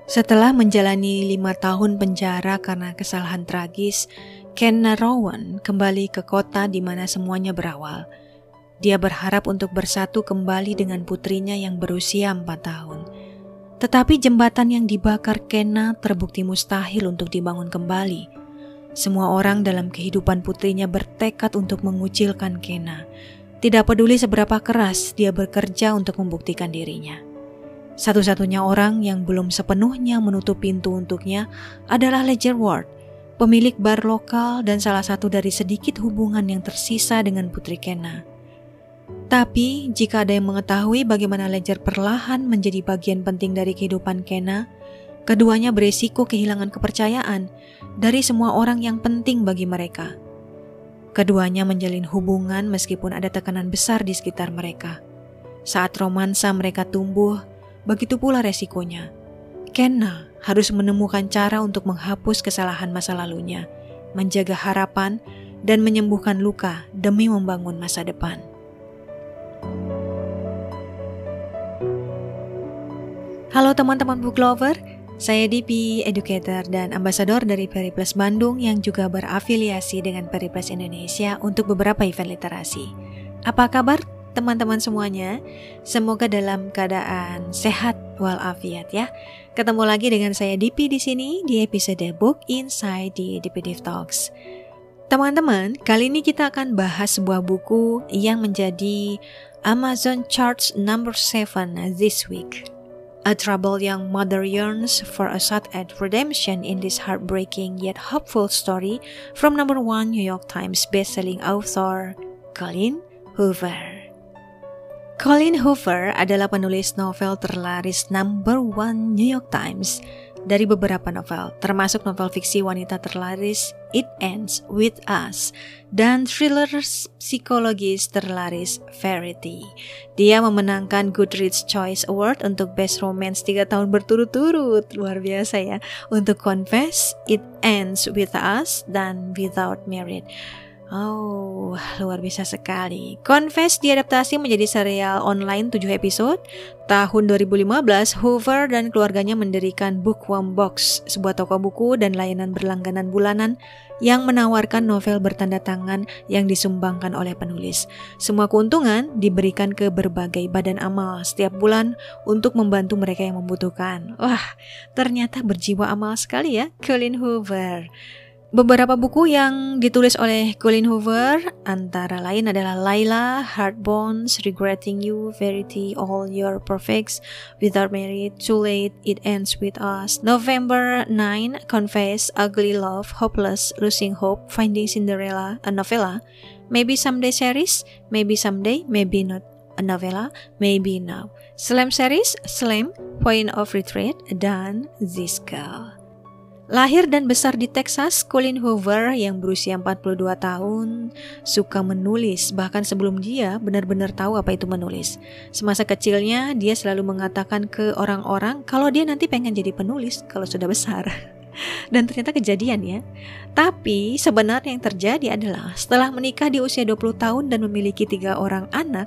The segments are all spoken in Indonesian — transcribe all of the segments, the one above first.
Setelah menjalani 5 tahun penjara karena kesalahan tragis, Kenna Rowan kembali ke kota di mana semuanya berawal. Dia berharap untuk bersatu kembali dengan putrinya yang berusia 4 tahun. Tetapi jembatan yang dibakar Kenna terbukti mustahil untuk dibangun kembali. Semua orang dalam kehidupan putrinya bertekad untuk mengucilkan Kenna. Tidak peduli seberapa keras dia bekerja untuk membuktikan dirinya. Satu-satunya orang yang belum sepenuhnya menutup pintu untuknya adalah Ledger Ward, pemilik bar lokal dan salah satu dari sedikit hubungan yang tersisa dengan putri Kenna. Tapi jika ada yang mengetahui bagaimana Ledger perlahan menjadi bagian penting dari kehidupan Kenna, keduanya beresiko kehilangan kepercayaan dari semua orang yang penting bagi mereka. Keduanya menjalin hubungan meskipun ada tekanan besar di sekitar mereka. Saat romansa mereka tumbuh, begitu pula resikonya. Kenna harus menemukan cara untuk menghapus kesalahan masa lalunya, menjaga harapan, dan menyembuhkan luka demi membangun masa depan. Halo teman-teman book lover, saya DP, educator dan ambasador dari Periplus Bandung yang juga berafiliasi dengan Periplus Indonesia untuk beberapa event literasi. Apa kabar teman-teman semuanya? Semoga dalam keadaan sehat walafiat ya. Ketemu lagi dengan saya DP di sini di episode Book Inside di DP Div Talks. Teman-teman, kali ini kita akan bahas sebuah buku yang menjadi Amazon Charts number 7 this week. A troubled young mother yearns for a shot at redemption in this heartbreaking yet hopeful story from number 1 New York Times bestselling author Colleen Hoover. Colleen Hoover adalah penulis novel terlaris number 1 New York Times dari beberapa novel, termasuk novel fiksi wanita terlaris It Ends With Us dan thriller psikologis terlaris Verity. Dia memenangkan Goodreads Choice Award untuk Best Romance 3 tahun berturut-turut, luar biasa ya, untuk Confess, It Ends With Us, dan Without Merit. Oh, luar biasa sekali. Confess diadaptasi menjadi serial online 7 episode. Tahun 2015, Hoover dan keluarganya mendirikan Bookworm Box, sebuah toko buku dan layanan berlangganan bulanan yang menawarkan novel bertanda tangan yang disumbangkan oleh penulis. Semua keuntungan diberikan ke berbagai badan amal setiap bulan untuk membantu mereka yang membutuhkan. Wah, ternyata berjiwa amal sekali ya, Colleen Hoover. Beberapa buku yang ditulis oleh Colleen Hoover antara lain adalah Layla, Heartbones, Regretting You, Verity, All Your Perfects, Without Merit, Too Late, It Ends With Us, November 9, Confess, Ugly Love, Hopeless, Losing Hope, Finding Cinderella, a novella, Maybe Someday series, Maybe Someday, Maybe Not a novella, Maybe Now, Slam series, Slam, Point of Retreat, dan This Girl. Lahir dan besar di Texas, Colleen Hoover yang berusia 42 tahun suka menulis, bahkan sebelum dia benar-benar tahu apa itu menulis. Semasa kecilnya, dia selalu mengatakan ke orang-orang kalau dia nanti pengen jadi penulis kalau sudah besar. Dan ternyata kejadian ya. Tapi sebenarnya yang terjadi adalah setelah menikah di usia 20 tahun dan memiliki 3 orang anak,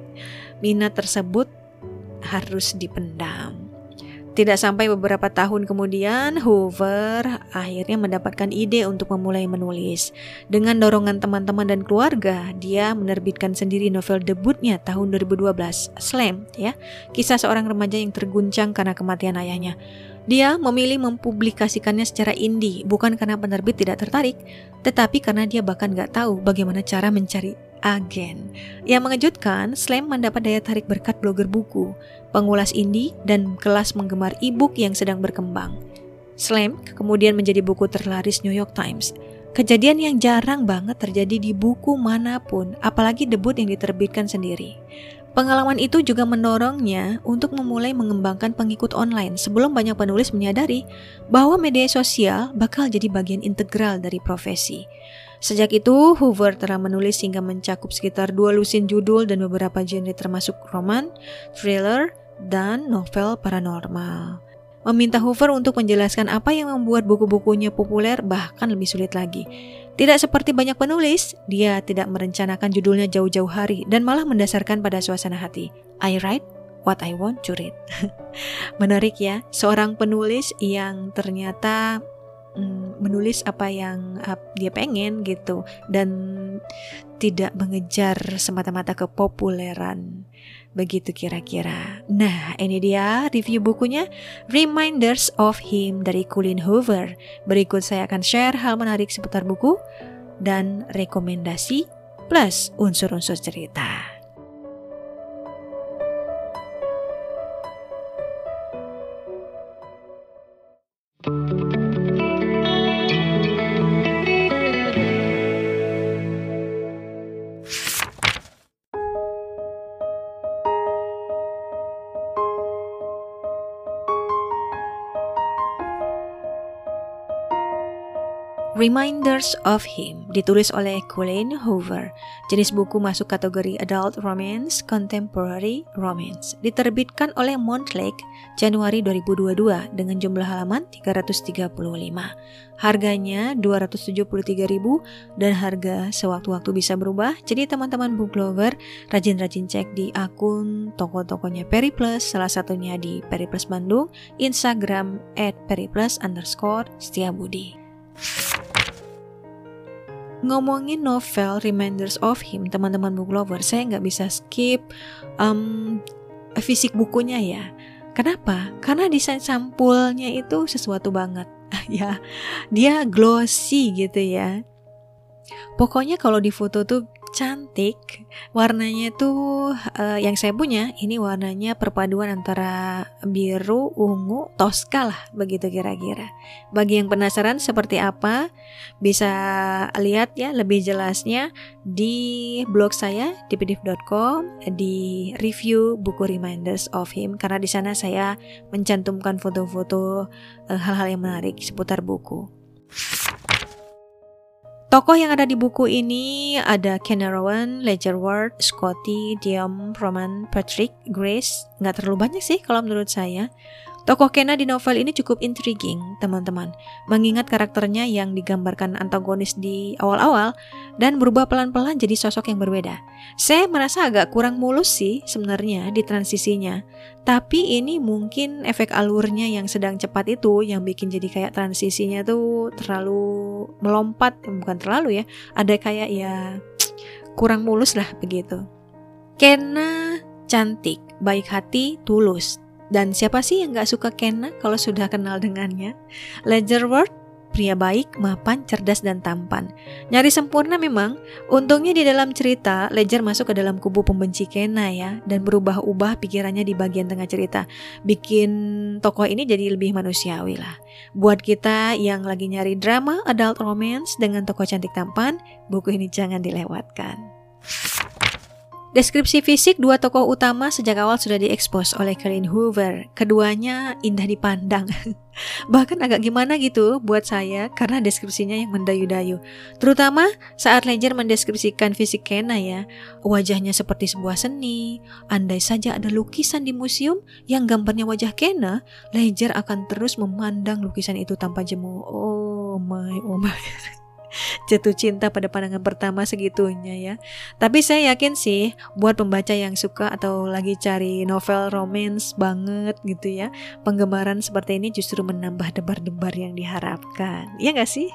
minat tersebut harus dipendam. Tidak sampai beberapa tahun kemudian, Hoover akhirnya mendapatkan ide untuk memulai menulis. Dengan dorongan teman-teman dan keluarga, dia menerbitkan sendiri novel debutnya tahun 2012, Slam, ya, kisah seorang remaja yang terguncang karena kematian ayahnya. Dia memilih mempublikasikannya secara indie, bukan karena penerbit tidak tertarik, tetapi karena dia bahkan gak tahu bagaimana cara mencari agen. Yang mengejutkan, Slam mendapat daya tarik berkat blogger buku, pengulas indie, dan kelas penggemar e-book yang sedang berkembang. Slam kemudian menjadi buku terlaris New York Times. Kejadian yang jarang banget terjadi di buku manapun, apalagi debut yang diterbitkan sendiri. Pengalaman itu juga mendorongnya untuk memulai mengembangkan pengikut online sebelum banyak penulis menyadari bahwa media sosial bakal jadi bagian integral dari profesi. Sejak itu, Hoover telah menulis hingga mencakup sekitar 2 lusin judul dan beberapa genre termasuk roman, thriller, dan novel paranormal. Meminta Hoover untuk menjelaskan apa yang membuat buku-bukunya populer bahkan lebih sulit lagi. Tidak seperti banyak penulis, dia tidak merencanakan judulnya jauh-jauh hari dan malah mendasarkan pada suasana hati. I write What I Want to Read. Menarik ya, seorang penulis yang ternyata menulis apa yang dia pengen gitu dan tidak mengejar semata-mata kepopuleran. Begitu kira-kira. Nah, ini dia review bukunya Reminders of Him dari Colleen Hoover. Berikut saya akan share hal menarik seputar buku dan rekomendasi plus unsur-unsur cerita. Reminders of Him ditulis oleh Colleen Hoover. Jenis buku masuk kategori Adult Romance, Contemporary Romance. Diterbitkan oleh Montlake Januari 2022 dengan jumlah halaman 335. Harganya Rp273.000 dan harga sewaktu-waktu bisa berubah. Jadi teman-teman book lover rajin-rajin cek di akun toko-tokonya Periplus, salah satunya di Periplus Bandung, Instagram @periplus_setiabudi. Ngomongin novel Reminders of Him, teman-teman book lover, saya nggak bisa skip fisik bukunya ya. Kenapa? Karena desain sampulnya itu sesuatu banget. Ya, dia glossy gitu ya. Pokoknya kalau di foto tuh cantik. Warnanya tuh yang saya punya ini warnanya perpaduan antara biru, ungu, toska lah, begitu kira-kira. Bagi yang penasaran seperti apa, bisa lihat ya lebih jelasnya di blog saya di pdf.com di review buku Reminders of Him, karena di sana saya mencantumkan foto-foto hal-hal yang menarik seputar buku. Tokoh yang ada di buku ini ada Kenna Rowan, Ledger Ward, Scotty, Diem, Roman, Patrick, Grace. Nggak terlalu banyak sih kalau menurut saya. Tokoh Kenna di novel ini cukup intriguing, teman-teman. Mengingat karakternya yang digambarkan antagonis di awal-awal dan berubah pelan-pelan jadi sosok yang berbeda. Saya merasa agak kurang mulus sih sebenarnya di transisinya. Tapi ini mungkin efek alurnya yang sedang cepat itu yang bikin jadi kayak transisinya tuh terlalu melompat. Bukan terlalu ya, ada kayak ya kurang mulus lah begitu. Kenna cantik, baik hati, tulus. Dan siapa sih yang gak suka Kenna kalau sudah kenal dengannya? Ledger Ward, pria baik, mapan, cerdas, dan tampan. Nyari sempurna memang. Untungnya di dalam cerita, Ledger masuk ke dalam kubu pembenci Kenna ya, dan berubah-ubah pikirannya di bagian tengah cerita. Bikin tokoh ini jadi lebih manusiawi lah. Buat kita yang lagi nyari drama adult romance dengan tokoh cantik tampan, buku ini jangan dilewatkan. Deskripsi fisik dua tokoh utama sejak awal sudah diekspos oleh Colleen Hoover. Keduanya indah dipandang. Bahkan agak gimana gitu buat saya karena deskripsinya yang mendayu-dayu. Terutama saat Ledger mendeskripsikan fisik Kenna ya. Wajahnya seperti sebuah seni. Andai saja ada lukisan di museum yang gambarnya wajah Kenna, Ledger akan terus memandang lukisan itu tanpa jemu. Oh my. Jatuh cinta pada pandangan pertama segitunya ya. Tapi saya yakin sih buat pembaca yang suka atau lagi cari novel romance banget gitu ya, penggemaran seperti ini justru menambah debar-debar yang diharapkan. Iya gak sih?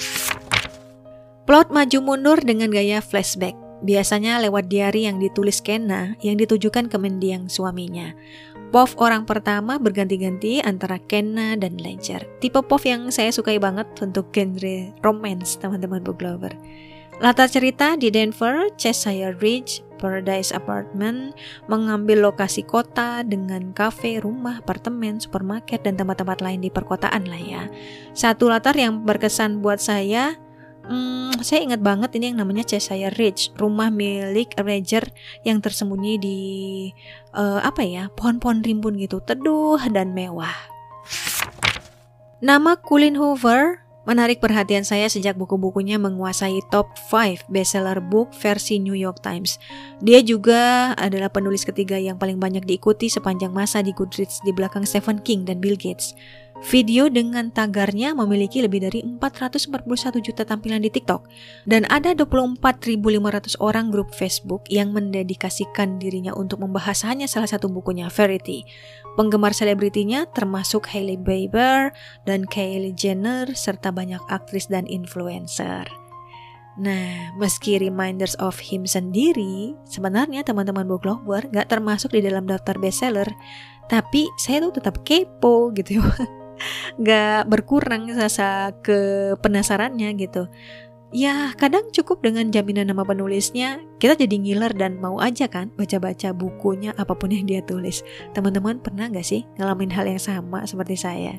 Plot maju mundur dengan gaya flashback. Biasanya lewat diari yang ditulis Kenna yang ditujukan ke mendiang suaminya. POV orang pertama berganti-ganti antara Kenna dan Ledger. Tipe POV yang saya sukai banget untuk genre romance, teman-teman book lover. Latar cerita di Denver, Cheshire Ridge, Paradise Apartment, mengambil lokasi kota dengan kafe, rumah, apartemen, supermarket, dan tempat-tempat lain di perkotaan lah ya. Satu latar yang berkesan buat saya ingat banget ini yang namanya Cheshire Ridge, rumah milik Ledger yang tersembunyi di pohon-pohon rimbun gitu, teduh dan mewah. Nama Colleen Hoover menarik perhatian saya sejak buku-bukunya menguasai top 5 bestseller book versi New York Times. Dia juga adalah penulis ketiga yang paling banyak diikuti sepanjang masa di Goodreads di belakang Stephen King dan Bill Gates. Video dengan tagarnya memiliki lebih dari 441 juta tampilan di TikTok. Dan ada 24.500 orang grup Facebook yang mendedikasikan dirinya untuk membahas hanya salah satu bukunya, Verity. Penggemar selebritinya termasuk Hailey Bieber dan Kylie Jenner, serta banyak aktris dan influencer. Nah, meski Reminders of Him sendiri, sebenarnya teman-teman book lover gak termasuk di dalam daftar bestseller, tapi saya tuh tetap kepo gitu ya. Gak berkurang rasa kepenasarannya gitu. Ya, kadang cukup dengan jaminan nama penulisnya, kita jadi ngiler dan mau aja kan baca-baca bukunya apapun yang dia tulis. Teman-teman pernah gak sih ngalamin hal yang sama seperti saya?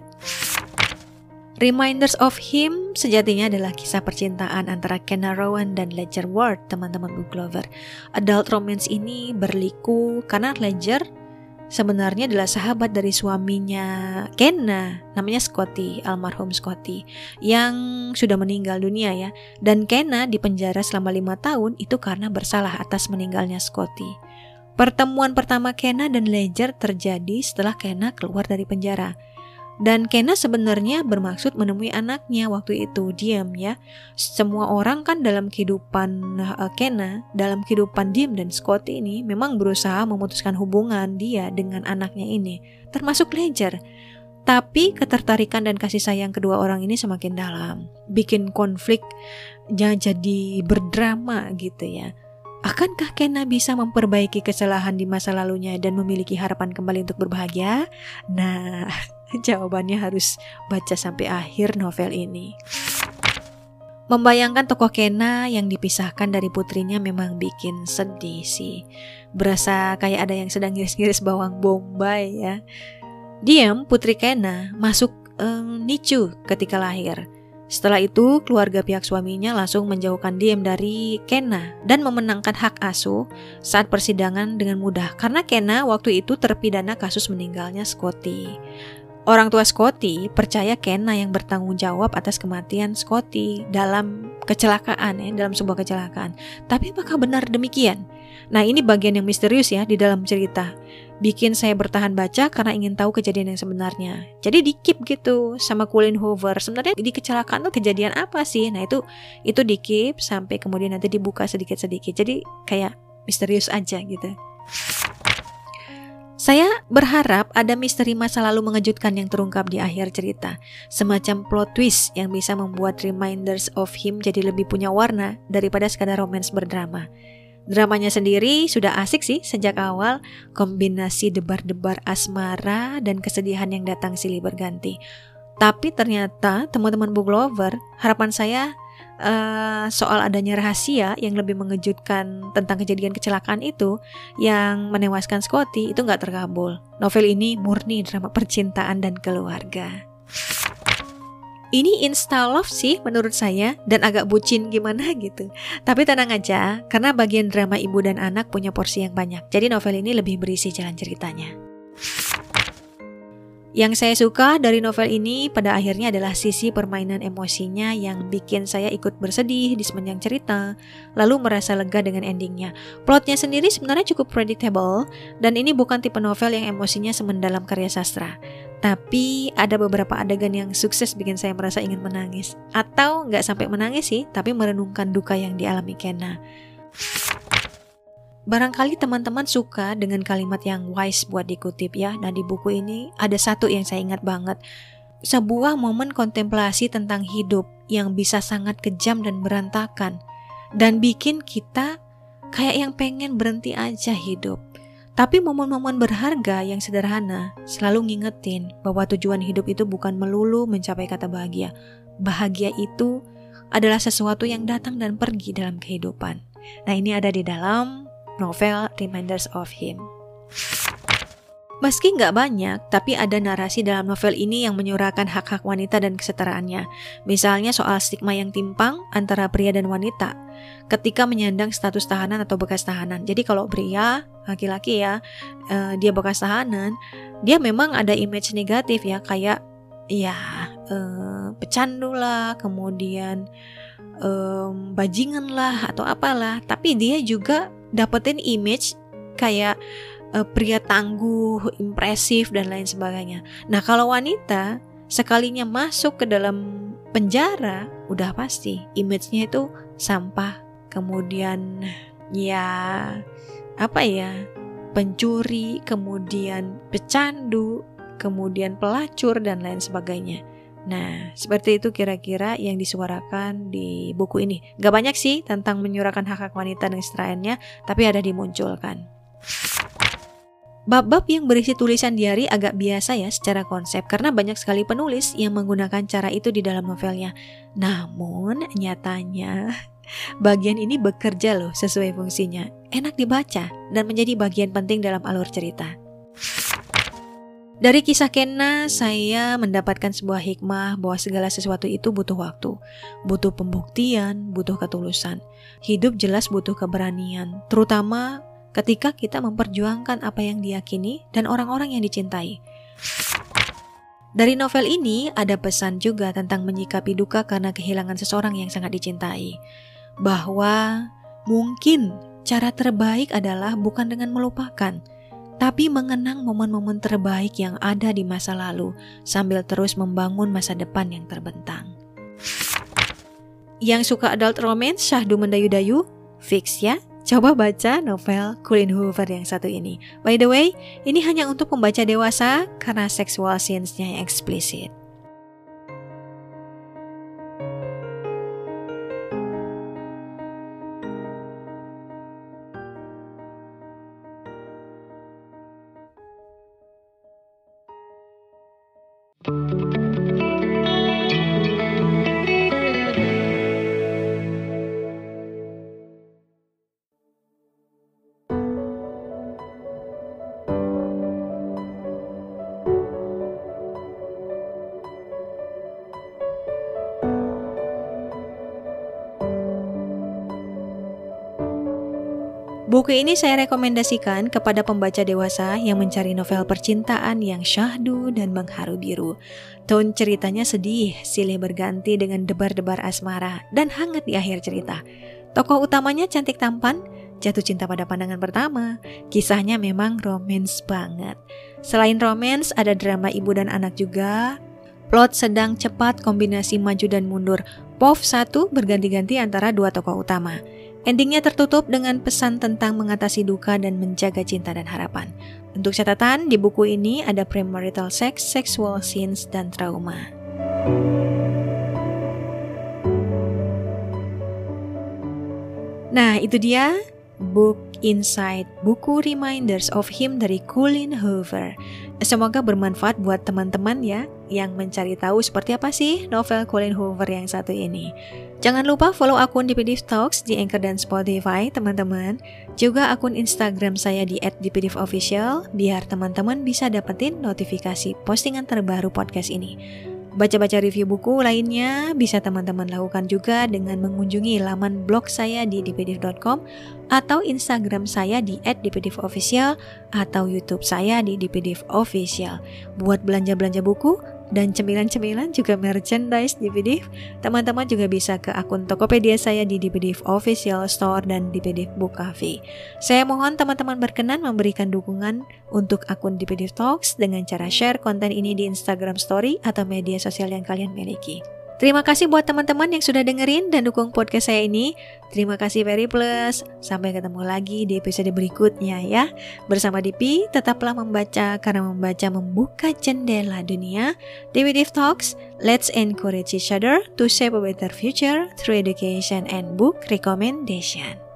Reminders of Him sejatinya adalah kisah percintaan antara Kenna Rowan dan Ledger Ward, teman-teman book lover. Adult romance ini berliku karena Ledger sebenarnya adalah sahabat dari suaminya Kenna, namanya Scotty, almarhum Scotty, yang sudah meninggal dunia ya. Dan Kenna dipenjara selama 5 tahun itu karena bersalah atas meninggalnya Scotty. Pertemuan pertama Kenna dan Ledger terjadi setelah Kenna keluar dari penjara. Dan Kenna sebenarnya bermaksud menemui anaknya waktu itu, diam ya. Semua orang kan dalam kehidupan Kenna, dalam kehidupan Diem dan Scotty ini memang berusaha memutuskan hubungan dia dengan anaknya ini, termasuk Ledger. Tapi ketertarikan dan kasih sayang kedua orang ini semakin dalam, bikin konfliknya jadi berdrama gitu ya. Akankah Kenna bisa memperbaiki kesalahan di masa lalunya dan memiliki harapan kembali untuk berbahagia? Nah, jawabannya harus baca sampai akhir novel ini. Membayangkan tokoh Kenna yang dipisahkan dari putrinya memang bikin sedih sih. Berasa kayak ada yang sedang ngiris-ngiris bawang bombay ya. Diem, putri Kenna, masuk NICU ketika lahir. Setelah itu, keluarga pihak suaminya langsung menjauhkan Diem dari Kenna dan memenangkan hak asuh saat persidangan dengan mudah karena Kenna waktu itu terpidana kasus meninggalnya Scotty. Orang tua Scotty percaya Kenna yang bertanggung jawab atas kematian Scotty dalam kecelakaan ya, dalam sebuah kecelakaan. Tapi apakah benar demikian? Nah, ini bagian yang misterius ya di dalam cerita. Bikin saya bertahan baca karena ingin tahu kejadian yang sebenarnya. Jadi di-keep gitu sama Colleen Hoover. Sebenarnya di kecelakaan itu kejadian apa sih? Nah, itu di-keep sampai kemudian nanti dibuka sedikit-sedikit. Jadi kayak misterius aja gitu. Saya berharap ada misteri masa lalu mengejutkan yang terungkap di akhir cerita. Semacam plot twist yang bisa membuat Reminders of Him jadi lebih punya warna daripada sekadar romance berdrama. Dramanya sendiri sudah asik sih sejak awal, kombinasi debar-debar asmara dan kesedihan yang datang silih berganti. Tapi ternyata teman-teman book lover, harapan saya soal adanya rahasia yang lebih mengejutkan tentang kejadian kecelakaan itu yang menewaskan Scotty itu gak terkabul. Novel ini murni drama percintaan dan keluarga. Ini insta love sih menurut saya dan agak bucin gimana gitu. Tapi tenang aja, karena bagian drama ibu dan anak punya porsi yang banyak. Jadi novel ini lebih berisi jalan ceritanya. Yang saya suka dari novel ini pada akhirnya adalah sisi permainan emosinya yang bikin saya ikut bersedih di sepanjang cerita, lalu merasa lega dengan endingnya. Plotnya sendiri sebenarnya cukup predictable, dan ini bukan tipe novel yang emosinya semendalam karya sastra. Tapi ada beberapa adegan yang sukses bikin saya merasa ingin menangis. Atau nggak sampai menangis sih, tapi merenungkan duka yang dialami Kenna. Barangkali teman-teman suka dengan kalimat yang wise buat dikutip ya. Dan di buku ini ada satu yang saya ingat banget. Sebuah momen kontemplasi tentang hidup yang bisa sangat kejam dan berantakan. Dan bikin kita kayak yang pengen berhenti aja hidup. Tapi momen-momen berharga yang sederhana selalu ngingetin bahwa tujuan hidup itu bukan melulu mencapai kata bahagia. Bahagia itu adalah sesuatu yang datang dan pergi dalam kehidupan. Nah, ini ada di dalam novel Reminders of Him. Meski nggak banyak, tapi ada narasi dalam novel ini yang menyuarakan hak-hak wanita dan kesetaraannya. Misalnya soal stigma yang timpang antara pria dan wanita ketika menyandang status tahanan atau bekas tahanan. Jadi kalau pria, laki-laki ya, dia bekas tahanan, dia memang ada image negatif ya, kayak pecandu lah, kemudian bajingan lah atau apalah. Tapi dia juga dapetin image kayak pria tangguh, impresif dan lain sebagainya. Nah, kalau wanita sekalinya masuk ke dalam penjara, udah pasti image-nya itu sampah, kemudian pencuri, kemudian pecandu, kemudian pelacur dan lain sebagainya. Nah, seperti itu kira-kira yang disuarakan di buku ini. Gak banyak sih tentang menyuarakan hak-hak wanita dan seterusnya, tapi ada dimunculkan. Bab-bab yang berisi tulisan diari agak biasa ya secara konsep, karena banyak sekali penulis yang menggunakan cara itu di dalam novelnya. Namun nyatanya bagian ini bekerja loh sesuai fungsinya, enak dibaca dan menjadi bagian penting dalam alur cerita. Dari kisah Kenna, saya mendapatkan sebuah hikmah bahwa segala sesuatu itu butuh waktu, butuh pembuktian, butuh ketulusan. Hidup jelas butuh keberanian, terutama ketika kita memperjuangkan apa yang diyakini dan orang-orang yang dicintai. Dari novel ini ada pesan juga tentang menyikapi duka karena kehilangan seseorang yang sangat dicintai. Bahwa mungkin cara terbaik adalah bukan dengan melupakan, tapi mengenang momen-momen terbaik yang ada di masa lalu sambil terus membangun masa depan yang terbentang. Yang suka adult romance, syahdu mendayu-dayu, fix ya. Coba baca novel Colleen Hoover yang satu ini. By the way, ini hanya untuk pembaca dewasa karena sexual scenes-nya yang eksplisit. Buku ini saya rekomendasikan kepada pembaca dewasa yang mencari novel percintaan yang syahdu dan mengharu biru. Tone ceritanya sedih, silih berganti dengan debar-debar asmara dan hangat di akhir cerita. Tokoh utamanya cantik tampan, jatuh cinta pada pandangan pertama. Kisahnya memang romance banget. Selain romance, ada drama ibu dan anak juga. Plot sedang cepat, kombinasi maju dan mundur. POV 1 berganti-ganti antara dua tokoh utama. Endingnya tertutup dengan pesan tentang mengatasi duka dan menjaga cinta dan harapan. Untuk catatan, di buku ini ada premarital sex, sexual scenes, dan trauma. Nah, itu dia Book Insight, buku Reminders of Him dari Colleen Hoover. Semoga bermanfaat buat teman-teman ya yang mencari tahu seperti apa sih novel Colleen Hoover yang satu ini. Jangan lupa follow akun DPDIV Talks di Anchor dan Spotify teman-teman. Juga akun Instagram saya di @dpdivofficial biar teman-teman bisa dapetin notifikasi postingan terbaru podcast ini. Baca-baca review buku lainnya bisa teman-teman lakukan juga dengan mengunjungi laman blog saya di dpdiv.com atau Instagram saya di @dpdivofficial atau YouTube saya di dpdivofficial. Buat belanja-belanja buku dan cemilan-cemilan juga merchandise DPDIV, teman-teman juga bisa ke akun Tokopedia saya di DPDIV Official Store dan DPDIV Book Cafe. Saya mohon teman-teman berkenan memberikan dukungan untuk akun DPDIV Talks dengan cara share konten ini di Instagram Story atau media sosial yang kalian miliki. Terima kasih buat teman-teman yang sudah dengerin dan dukung podcast saya ini. Terima kasih Very Plus. Sampai ketemu lagi di episode berikutnya ya. Bersama Dipi, tetaplah membaca karena membaca membuka jendela dunia. DPDIV Talks, let's encourage each other to shape a better future through education and book recommendation.